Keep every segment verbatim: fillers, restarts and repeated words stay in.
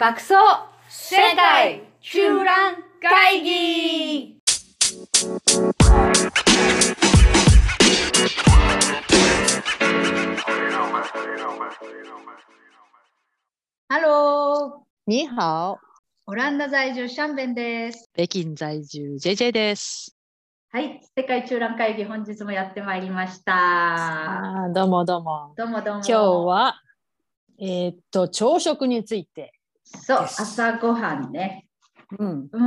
爆走世界中覧会議。ハロー。 你好。 オランダ在住シャンベンです。 北京在住 ジェイジェイ です。 はい、世界中覧会議本日もやってまいりました。 あどうもどうも。 どうもどうも。 今日はえー、っと朝食についてそう、朝ごはんね。 うん。 うん。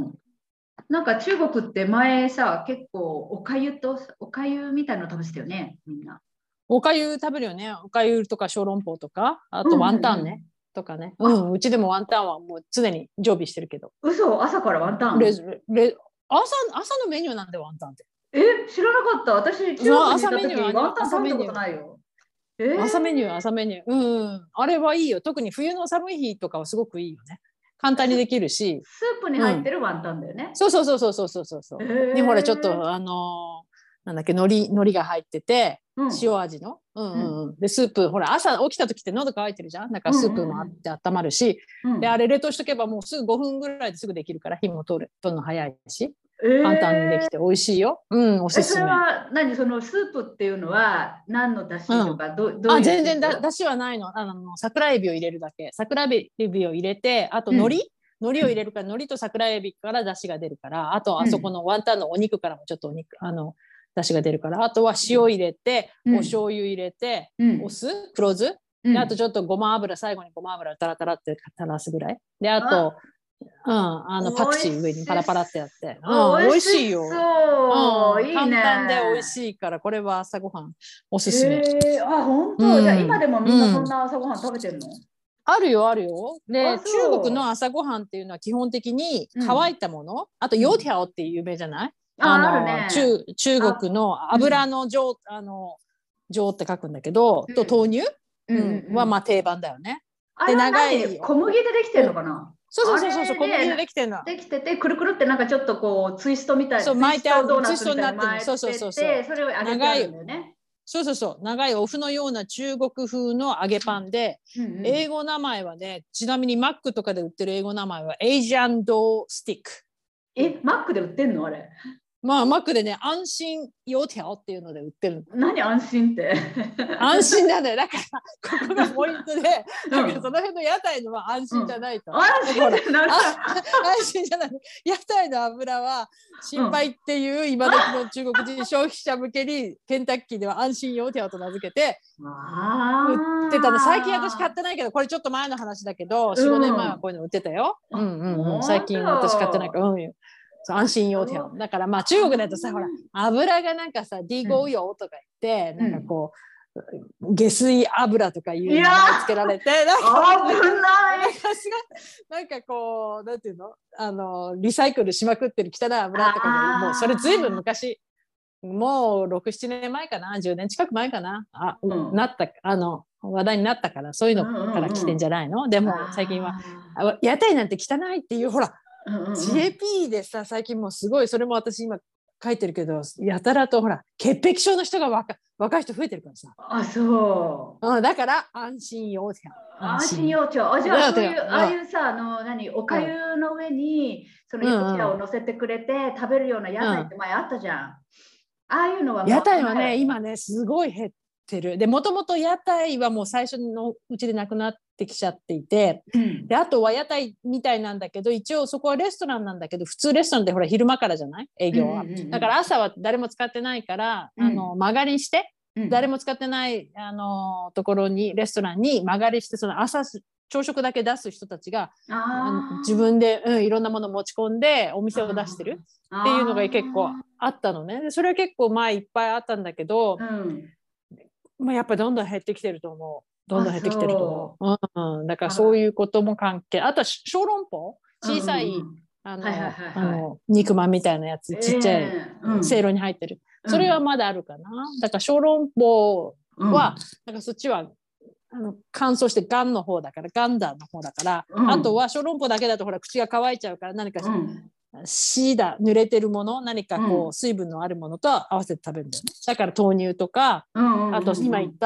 なんか中国って前さ、結構おかゆとおかゆみたいなの食べてたよね、みんな。 おかゆ食べるよね。おかゆとか小籠包とか、あとワンタンね、うんうんうん、とかね。うん、うちでもワンタンはもう常に常備してるけど。 嘘、朝からワンタン。 レレ朝朝のメニューなんでワンタンって。 え、知らなかった。私中国にいた時ワンタン食べたことないよ。 えー、朝メニュー朝メニュー。うん、あれはいいよ。特に冬の寒い日とかはすごくいいよね。簡単にできるし。 スープに入ってるワンタンだよね。 うん、そうそうそうそうそうそうそう。えー、にほらちょっとあのー、なんだっけ海苔海苔が入ってて、うん、塩味の。うんうんうん。でスープほら朝起きた時って喉乾いてるじゃん。なんかスープもあって温まるし、うんうんうん、であれ冷凍しとけばもうすぐごふんぐらいですぐできるから火も通る取るの早いし。えー、簡単にできて美味しいよ。うん、おすすめ。 それは何そのスープっていうのは何の出汁とか、うん、ど, どういうあ全然だ出汁はないの。あの桜エビを入れるだけ。桜エビを入れて、あと海苔、うん、海苔を入れるから海苔と桜エビから出汁が出るから、あとあそこのワンタンのお肉からもちょっとお肉あの出汁が出るから、あとは塩入れて、うん、お醤油入れて、うん、お酢黒酢、うん、であとちょっとごま油最後にごま油タラタラって垂らすぐらいで、あとうん、あのパクチー上にパラパラってやって、うん、美味しいよ。 そう、うん、いいね。 簡単で美味しいから、これは朝ごはんおすすめ。 えー、あ、本当、うん、じゃあ今でもみんなそんな朝ごはん食べてるの？うん、 あるよあるよ。で、中国の朝ごはんっていうのは基本的に乾いたもの、うん、あとヨーティャオって有名じゃない？うん、あの、あるね、中中国の油の状、うん、あの状って書くんだけど、うん、と豆乳、うんうんうん、はまあ定番だよね。 で長い小麦でできてるのかな？ そうそうそうそう、小麦でできてるの。 できてて、くるくるってなんかちょっとこうツイストみたいな、 そう巻いてある、 ドーナツみたいになってる。そうそうそうそう。 それを揚げてあるんだよね。 そうそうそう、長いお麩のような中国風の揚げパンで、うんうん、英語名前はね、ちなみにマックとかで売ってる英語名前はエイジャンドスティック。 え、マックで売ってんのあれ？ まあマックでね、安心ヨーティャオっていうので売ってる。 何安心って？ 安心なんだよ。だからここがポイントで、なんかその辺の屋台のは安心じゃないと。 うん、安心じゃない。 安心じゃない。屋台の油は心配っていう、うん、今時の中国人消費者向けにケンタッキーでは安心ヨーティャオと名付けて売ってたの。最近私買ってないけど、これちょっと前の話だけど、よん、ごねんまえはこういうの売ってたよ。うんうんうん、最近私買ってないから。うん安心用テだからまあ中国だとさ、ほら油がなんかさ ディーゴー 用とか言って、うん、なんかこう下水油とかいう名前つけられて、なんか危ないなんかこうなんていうのあのリサイクルしまくってる汚い油とかで、もうそれずいぶん昔、もうろく、ななねんまえかな、じゅうねん近く前かな、あ、うん、なったあの話題になったから、そういうのから来てんじゃないの？うんうんうん、でも最近は屋台なんて汚いっていうほらうんうん、ジェーピー でさ最近もすごい、それも私今書いてるけど、やたらとほら潔癖症の人が若若い人増えてるからさ。 あ、そう、 うん、だから安心用茶。 安心用茶。あ、じゃあそういうああいうさ、あの何おかゆの上にその用茶を乗せてくれて食べるような屋台って前あったじゃん。うん、ああいうのは屋台はね今ねすごい減ってる。でもともと屋台はもう最初のうちでなくなってきちゃっていて、うん、であとは屋台みたいなんだけど、一応そこはレストランなんだけど、普通レストランってほら昼間からじゃない営業は、うんうんうん、だから朝は誰も使ってないから、うん、あの間借りして、うん、誰も使ってないあのところにレストランに間借りして、その朝朝食だけ出す人たちが自分で、うん、いろんなもの持ち込んでお店を出してるっていうのが結構あったのね。でそれは結構前いっぱいあったんだけど、うんまあ、やっぱりどんどん減ってきてると思う。どんどん減ってきてると思う。うん、だからそういうことも関係。あとは小籠包、小さい、あの肉まんみたいなやつ、ちっちゃい、えーうん、せいろに入ってる。それはまだあるかな。だから小籠包は、うん、なんかそっちはあの乾燥してガンの方だから、ガンダーの方だから、うん、あとは小籠包だけだとほら口が乾いちゃうから、何か、うんシーだ濡れてるもの、何かこう水分のあるものと合わせて食べるんだよね。だから豆乳とか、うんうんうんうん、あと今言った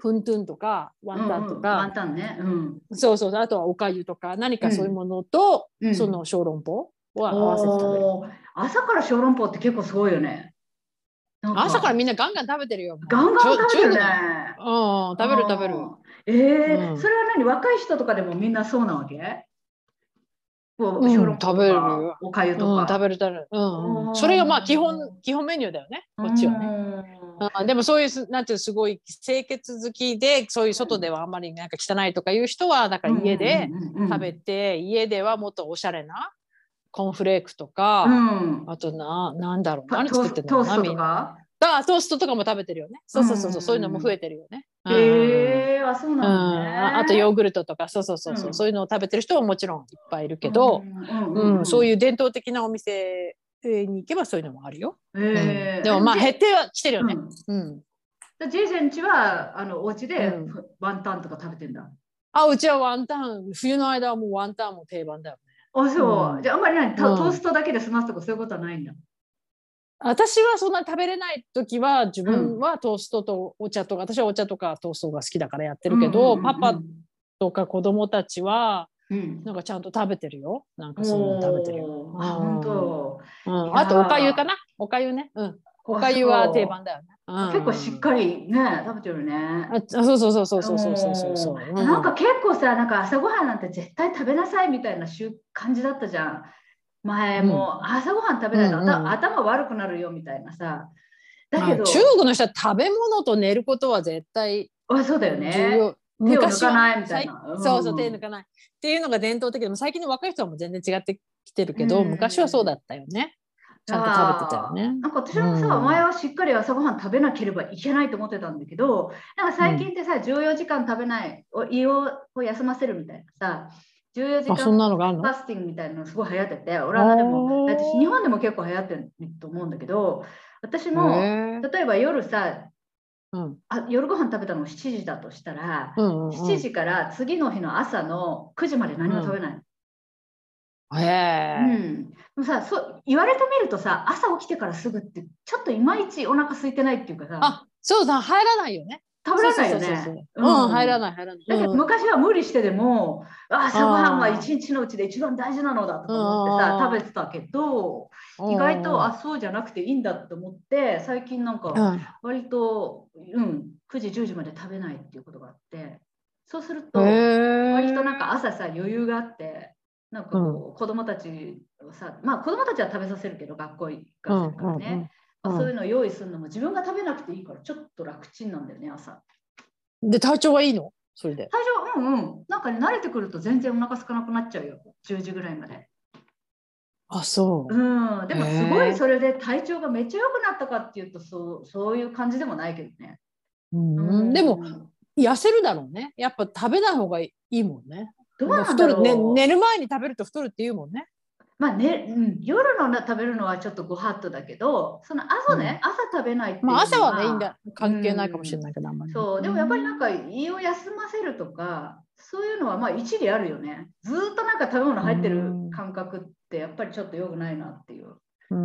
フントゥンとかワンタンとか、うんうん、 ワンタンね、うん、 そうそう、あとはおかゆとか何かそういうものと、うん、その小籠包を合わせて食べる。 朝から小籠包って結構すごいよね。 朝からみんなガンガン食べてるよ。 ガンガン食べてるね。 うん、食べる食べる。 ええーうん、それは何、若い人とかでもみんなそうなわけ？ うん、食べるよ。 おかゆとか、 うん、食べる食べる。うんうん、それがまあ基本基本メニューだよね。こっちはね。あ、でもそういうなんていうすごい清潔好きで、そういう外ではあんまりなんか汚いとかいう人はだから家で食べて、家ではもっとおしゃれなコーンフレークとか、うん、あとな、なんだろう、何作ってんのかな、みんな。あ、トーストとかも食べてるよね。そうそうそうそう、そういうのも増えてるよね。 へえー、あ、そうなんだね。 あとヨーグルトとか、そうそうそうそう、うん、そういうのを食べてる人はもちろんいっぱいいるけど、そういう伝統的なお店に行けばそういうのもあるよ。えーうん、でもまあ減ってはきてるよね。うん。 うん、ジェイジェンちはあのお家でワンタンとか食べてんだ。 あ、うちはワンタン、冬の間はもうワンタンも定番だよね。 あ、そう。うん、じゃああんまり何、トーストだけで済ますとかそういうことはないんだ。 私はそんな食べれない時は自分はトーストとお茶とか、うん、私はお茶とかトーストが好きだからやってるけど、うんうんうんうん、パパとか子供たちはなんかちゃんと食べてるよ。なんかそういうの食べてるよ。 あ、本当。 うん、あとおかゆかな。おかゆね。うん。おかゆは定番だよね。 うん、結構しっかりね食べてるね。 あ、そうそうそうそうそうそうそうそう、 うん、なんか結構さ、なんか朝ごはんなんて絶対食べなさいみたいな感じだったじゃん。前も、うん、朝ごはん食べないと、うんうん、頭悪くなるよみたいなさ。 だけど中国の人は食べ物と寝ることは絶対あ、そうだよね。 重要。 手を抜かないみたいな。 うん、そうそう、手抜かないっていうのが伝統的でも、最近の若い人はもう全然違ってきてるけど、うん、昔はそうだったよね。ちゃんと食べてたよね。 なんか私もさ、うん、前はしっかり朝ごはん食べなければいけないと思ってたんだけど、なんか最近ってさ、うん、じゅうよじかん食べない、胃を休ませるみたいなさ、じゅうよじかんファスティングみたいなのすごい流行ってて、オランダでも、私日本でも結構流行ってると思うんだけど、私も例えば夜さ、うん、あ夜ご飯食べたのしちじだとしたら、うんうんうん、しちじから次の日の朝のくじまで何も食べないの。 うん、へー、うん、でもさ、そう言われてみるとさ、朝起きてからすぐってちょっといまいちお腹空いてないっていうかさ、 あ、そうだ、入らないよね。 食べられないよね。 うん、入らない入らない。 だけど昔は無理してでも、うん、朝ごはんは一日のうちで一番大事なのだとか思ってさ、食べてたけど、意外とあそうじゃなくていいんだって思って、最近なんか割と、うん、くじじゅうじまで食べないっていうことがあって、そうすると割となんか朝さ余裕があって、なんかこう、うん、子供たちをさ、まあ子供たちは食べさせるけど学校行かせるからね。うんうんうん、そういうのを用意するのも自分が食べなくていいからちょっと楽ちんなんだよね、朝。 で、体調はいいの？それで。 体調、うんうん。なんかね、慣れてくると全然お腹空かなくなっちゃうよ。じゅうじぐらいまで。 あ、そう。 うん。でもすごいそれで体調がめっちゃ良くなったかっていうと、そう、そういう感じでもないけどね。 うん。うん、でも、痩せるだろうね。やっぱ食べない方がいいもんね。 どうなんだろう。 ね、寝る前に食べると太るって言うもんね。 まあね、うん、夜の食べるのはちょっとご法度だけど、その朝ね、うん、朝食べないっていうのは、まあ、 朝はねいいんだ、関係ないかもしれないけど、 うん、 あんまりそう、でもやっぱりなんか胃を休ませるとか、そういうのはまあ一理あるよね。ずっとなんか食べ物入ってる感覚ってやっぱりちょっと良くないなっていう。うん、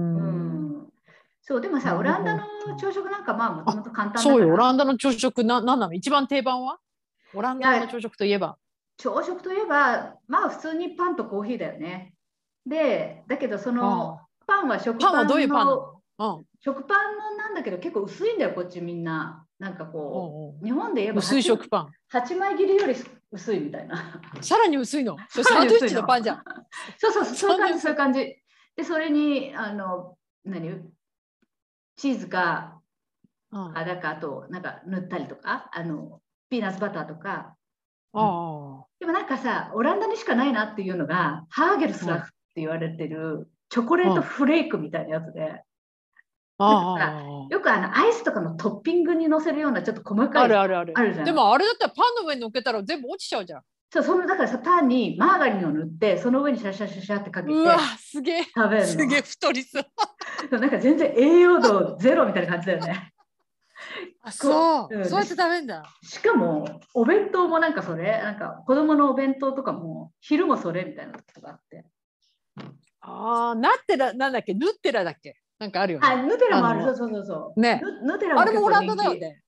うん、そう、でもさ、オランダの朝食なんかまあもともと簡単だから。 そうよ、オランダの朝食な、なんなの？一番定番はオランダの朝食といえば。 朝食といえば、まあ普通にパンとコーヒーだよね。で、だけどそのパンは食パンの、パンはどういうパンなの？うん、食パンなんだけど結構薄いんだよ、こっちみんな。なんかこう、日本で言えば薄い食パン。 はちまい切りより薄いみたいな。 さらに薄いの？サンドイッチのパンじゃん。 そうそう、そういう感じ、そういう感じ。で、それに、あの、何チーズか、うん、あだかあと、なんか塗ったりとか、あの、ピーナッツバターとか。ああ、でもなんかさ、オランダにしかないなっていうのが、ハーゲルスラフって言われてるチョコレートフレークみたいなやつで、あよくあのアイスとかのトッピングにのせるようなちょっと細かいあるあるあるあるじゃん。 でもあれだったらパンの上に乗っけたら全部落ちちゃうじゃん。 そう、そのだからさ、パンにマーガリンを塗って、その上にシャシャシャシャってかけて、うわすげえ食べるの。 すげえ太りそう。 なんか全然栄養度ゼロみたいな感じだよね。 あ、そう、うん、そうやって食べるんだ。 しかもお弁当もなんかそれ、なんか子供のお弁当とかも昼もそれみたいなことがあって。 ああ、なってらなんだっけ、ヌッテラだっけ、なんかあるよね。 あ、ヌテラもある、そうそうそうそう。 ね、 ヌテラもあれもオランダだよね。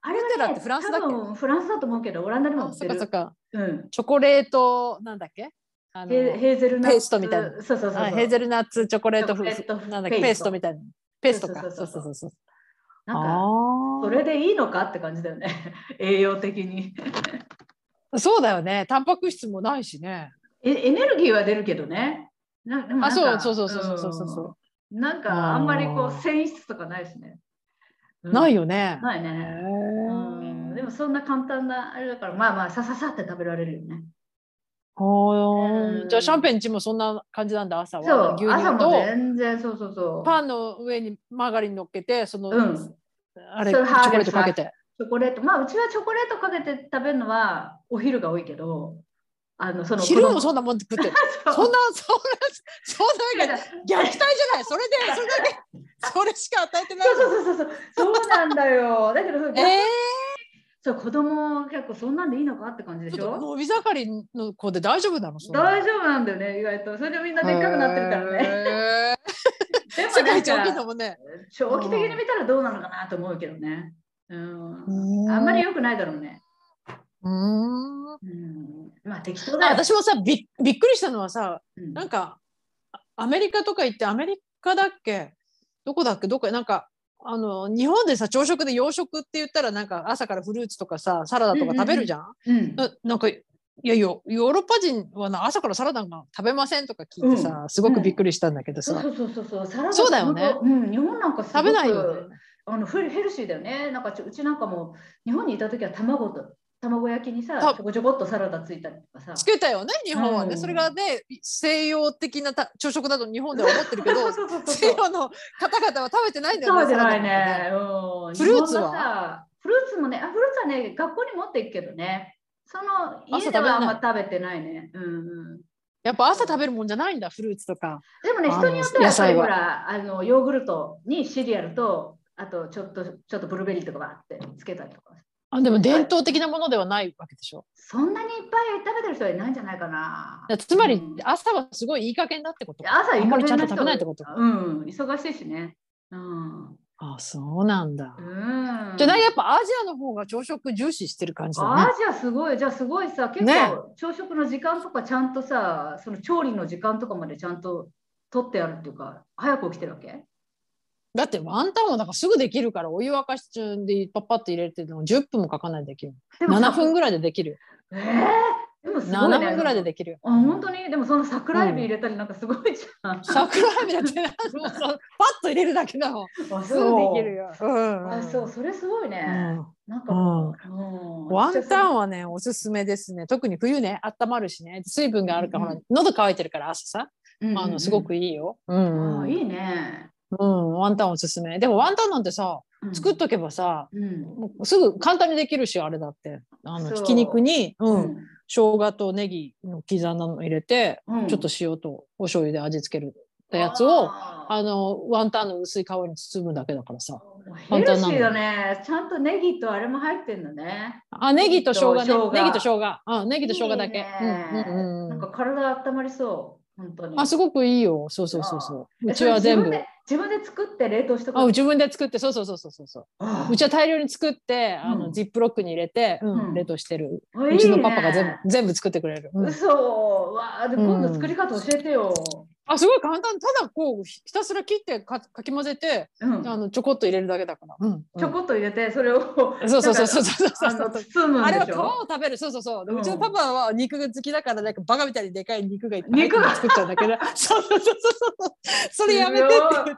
あれは、ね、 ヌテラってフランスだっけ？ 多分フランスだと思うけど、オランダにも売ってる。 そっかそっか、 うん、 チョコレートなんだっけ？あのヘーゼルナッツペーストみたいな。 そうそうそうそう。 ヘーゼルナッツチョコレート風なんだっけ？ペーストみたいな。ペーストか。そうそうそうそう。 なんかそれでいいのかって感じだよね。栄養的に。 そうだよね。タンパク質もないしね。 エネルギーは出るけどね。なでもなんかあ、そうそうそうそうそうそうそう。 なんかあんまりこう繊維質とかないしね。 うん、ないよね。 ないね。うん。でもそんな簡単なあれだから、まあまあさささって食べられるよね。 うん、じゃあシャンペンチもそんな感じなんだ、朝は。 そう、 牛乳と朝も全然そうそうそう。 パンの上にマーガリン乗っけて、その、 うん、 あれチョコレートかけて。 チョコレート、まあうちはチョコレートかけて食べるのはお昼が多いけど、あのその昼もそんなもん食ってる。そんなそんなそんな虐待じゃない。それでそれだけそれしか与えてない。 そうそうそうそうそうなんだよ。だけどそれ、えー、そう子供結構そんなんでいいのかって感じでしょ。 伸び盛りの子で大丈夫なの？ 大丈夫なんだよね、意外と。それでみんなでっかくなってるからね。 でも世界一大きいのもね。 長期的に見たらどうなのかなと思うけどね。うん、あんまり良くないだろうね。 うん、 うん、まあ適当だよ。 私もさ び, びっくりしたのはさ、うん、なんかアメリカとか行って、アメリカだっけどこだっけどこなんかあの日本でさ朝食で洋食って言ったらなんか朝からフルーツとかさサラダとか食べるじゃん。うんうんうん、な, なんかいやいやヨーロッパ人はな朝からサラダが食べませんとか聞いてさ、うん、すごくびっくりしたんだけどさ、 そうそうそうそうサラダそうだよね、 うん、日本なんかすごく食べないよね。 あのヘルシーだよね。なんかうちなんかも日本にいた時は卵と卵焼きにさちょこちょこっとサラダついたりとかさつけたよね日本はね、うん、それがね西洋的な朝食だと日本では思ってるけど西洋の方々は食べてないんだよね。 食べてないね、うん、 フルーツはフルーツもねあフルーツはね学校に持っていくけどねその家ではあんま食べてないね。うんうん、 やっぱ朝食べるもんじゃないんだフルーツとか。 でもね人によってはやっぱりほらあのヨーグルトにシリアルとあとちょっとちょっとブルーベリーとかバーってつけたりとか。 あでも伝統的なものではないわけでしょ。 そんなにいっぱい食べてる人はいないんじゃないかな。 つまり朝はすごいいい加減だってこと。 朝いい加減あんまりちゃんと食べないってこと。 うん、忙しいしね。うん。 あ、そうなんだ。 うん。 じゃあやっぱアジアの方が朝食重視してる感じだね。 アジアすごい。じゃあすごいさ、結構朝食の時間とかちゃんとさ、ね、その調理の時間とかまでちゃんと取ってあるっていうか、早く起きてるわけ？ だってワンタンはなんかすぐできるからお湯沸かし中でパッパッと入れてのじゅっぷんもかかんないでできる。ななふんぐらいでできる。 えーでもすごいね、 ななふんぐらいでできる。 あ、本当にでもその桜エビ入れたりなんかすごいじゃん。うん、 桜エビだってもうパッと入れるだけだもん。すぐできるよ。うん、 あ、そう、それすごいね。うん、なんかもう、うん、ワンタンはねおすすめですね。特に冬ね温まるしね水分があるから、うん、ほら喉乾いてるから朝さ、うんうんうん、あのすごくいいよ。うん、 あ、いいね。 うん、ワンタンおすすめ。でもワンタンなんてさ、うん、作っとけばさ、うん、もうすぐ簡単にできるしあれだってあのひき肉に、うんうん、生姜とネギの刻んだの入れて、うん、ちょっと塩とお醤油で味付けるやつをあのワンタンの薄い皮に包むだけだからさ。 ヘルシーだね。ちゃんとネギとあれも入ってんだね。 あ、ネギと生姜ね。ネギと生姜。うん、ネギと生姜だけ。いいね、うんうんうん、なんか体温まりそう。本当に。 あ、すごくいいよ。そうそうそうそう。うちは全部。 自分で作って冷凍してくあ、自分で作って、そうそうそうそうそう。うちは大量に作って、あの、うん、ジップロックに入れて、うんうん、冷凍してる。うちのパパが全部、いいね、全部作ってくれる。 うん、嘘。わあ、で今度作り方教えてよ。 あ、すごい簡単。ただこうひたすら切ってかかき混ぜて、うん、あのちょこっと入れるだけだから。うん、 ちょこっと入れてそれをそうそうそうそうそうそう包むんでしょ。 あれは皮を食べる。そうそうそう。うん、うちのパパは肉が好きだからなんかバカみたいにでかい肉がいっぱい入って作っちゃうんだけど、そうそうそうそうそれやめてって言って、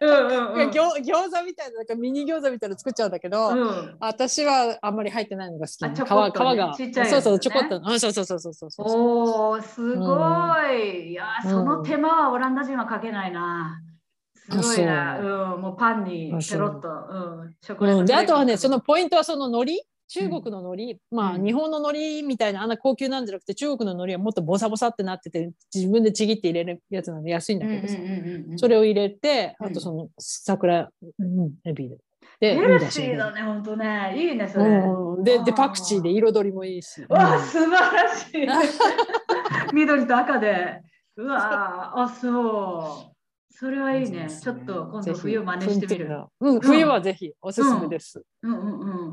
うんうんうん、餃子みたいななんかミニ餃子みたいなの作っちゃうんだけど、うん、私はあんまり入ってないのが好き、ね。皮、ね、皮がちっちゃい、ね、そうそうちょこっと。あ、そうそうそうそうそうそう。 おお、すごい。うん、いやその手間はオランダ人はかけないな。すごいな。うん、もうパンにペロッと、うん、チョコレート、 うん。であとはね、そのポイントはその海苔。中国の海苔、うん、まあ日本の海苔みたいなあんな高級なんじゃなくて中国の海苔はもっとボサボサってなってて自分でちぎって入れるやつなんで安いんだけどさ、それを入れてあとその桜、うん、エビで。 ヘルシーだね、本当ね。いいね、それ。 うん、で, で、パクチーで彩りもいいし。 わあ、素晴らしい。緑と赤で。うわあ、あ、そう。それはいいね。ちょっと今度冬真似してみる。 うん、冬はぜひおすすめです。 うんうんうん。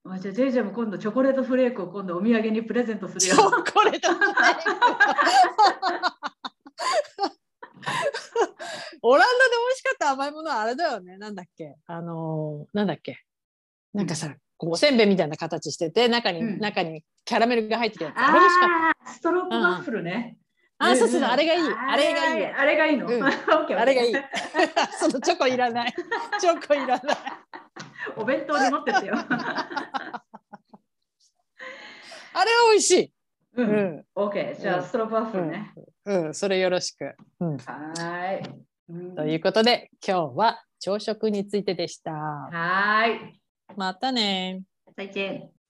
あ、じゃあ ジェイジェイ も今度チョコレートフレークを今度お土産にプレゼントするチよ。 ョコレートフレークオランダで美味しかった甘いものはあれだよね。なんだっけ、あのー、なんだっけ、なんかさ、うん、こうおせんべいみたいな形してて、中に、うん、中にキャラメルが入ってるやつ。 あれ美味しかった。ストロープワッフルね。 うん、あ、そうそうそう、あれがいい。あれがいいよ。 あれがいいの。うん、 あれがいい。そのチョコいらない。チョコいらない。 お弁当に持ってってよ。 あれは美味しい。 うん。オッケー。じゃあ、ストロープワッフルね。 うん、うん、それよろしく。うん、 はい、 うん。ということで、今日は朝食についてでした。 はい。 またね。 再见。